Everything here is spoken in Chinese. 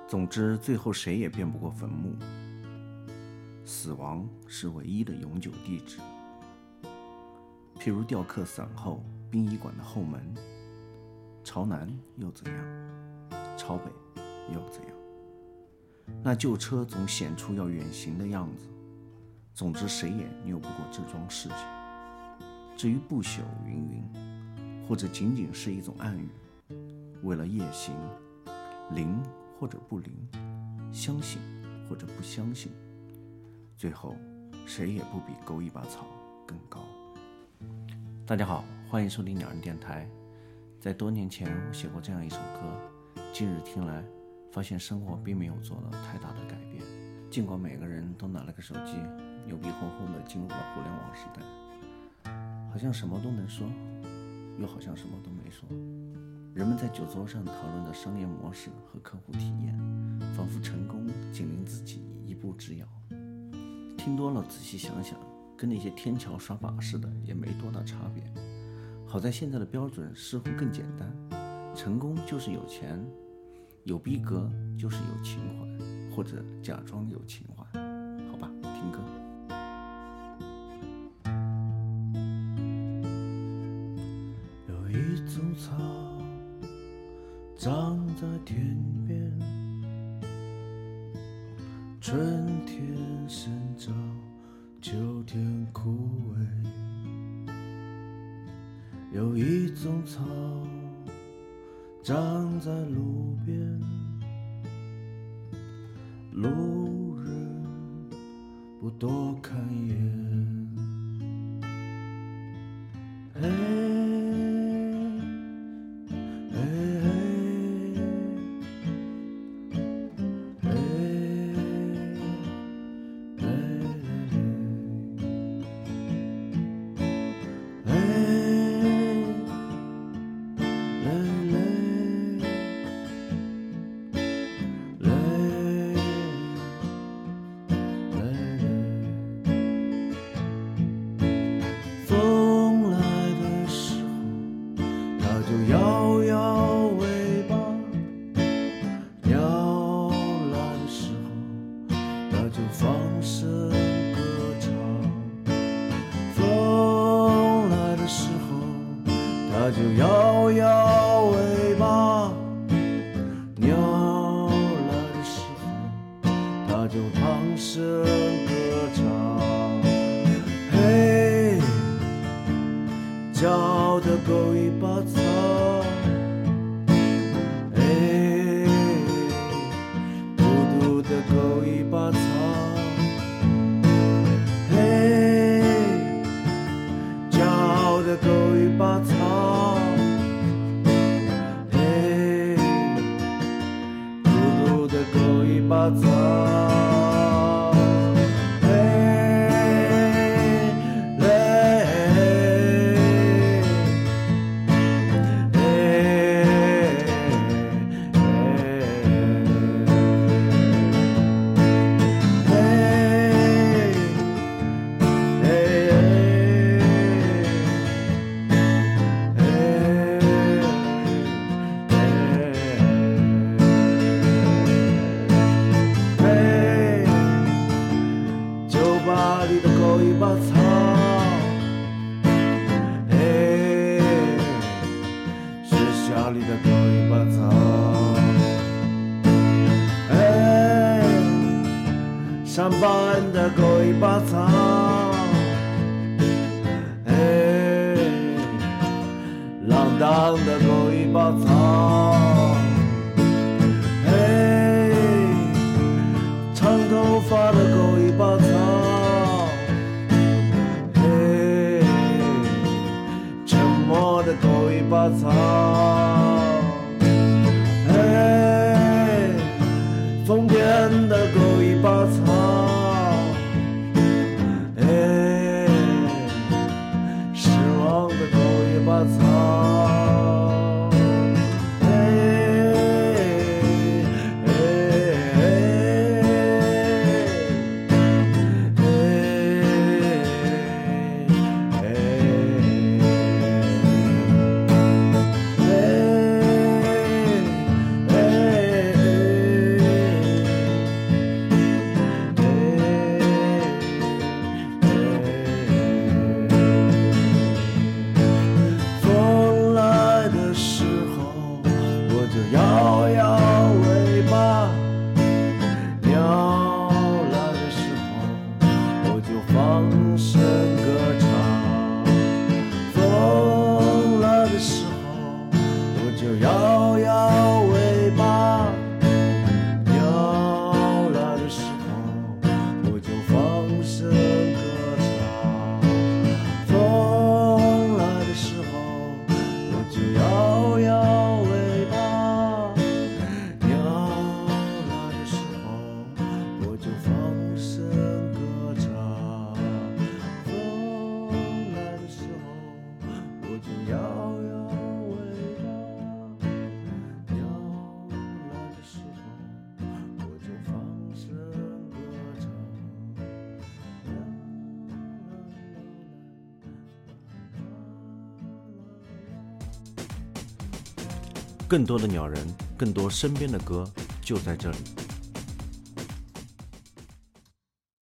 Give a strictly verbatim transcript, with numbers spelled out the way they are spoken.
总之，最后谁也变不过坟墓。死亡是唯一的永久地址。譬如雕刻散后殡仪馆的后门，朝南又怎样？朝北又怎样？那旧车总显出要远行的样子。总之，谁也拗不过这桩事情。至于不朽云云，或者仅仅是一种暗语，为了夜行，灵或者不灵，相信或者不相信，最后谁也不比狗一把草更高。大家好，欢迎收听鸟人电台。在多年前我写过这样一首歌，今日听来发现生活并没有做了太大的改变。尽管每个人都拿了个手机，牛逼哄哄地进入了互联网时代，好像什么都能说，又好像什么都没说。人们在酒桌上讨论的商业模式和客户体验，仿佛成功紧邻自己一步之遥。听多了，仔细想想，跟那些天桥耍把式的也没多大差别。好在现在的标准似乎更简单，成功就是有钱，有逼格就是有情怀，或者假装有情怀。好吧，听歌。 有一种草长在田边，春天生长，秋天枯萎。有一种草长在路边，路人不多看眼。哎它就摇摇尾巴，鸟来的时候，它就放声歌唱。嘿，叫的狗一把草，哎，孤独的狗一把草，嘿，叫的狗一把草。把草，嘿，嘞，嘿，巴黎的狗一把草，哎，学校里的狗一把草，哎，上班的狗一把草，哎，浪荡的狗一把草，哎，长头发的狗一把草。的狗一把草，哎，疯癫的狗一把草，哎，失望的狗一把草，哎， 就摇摇尾巴。鸟来的时候，我就放声歌唱；风来的时候，我就摇摇尾巴。鸟来的时候，我就放声歌唱；风来的时候，我就摇摇尾巴。鸟来的时候，我就放声歌唱；风来的时候，我就摇摇尾巴。鸟来的时候，我就放声歌唱。 更多的鸟人，更多身边的歌，就在这里。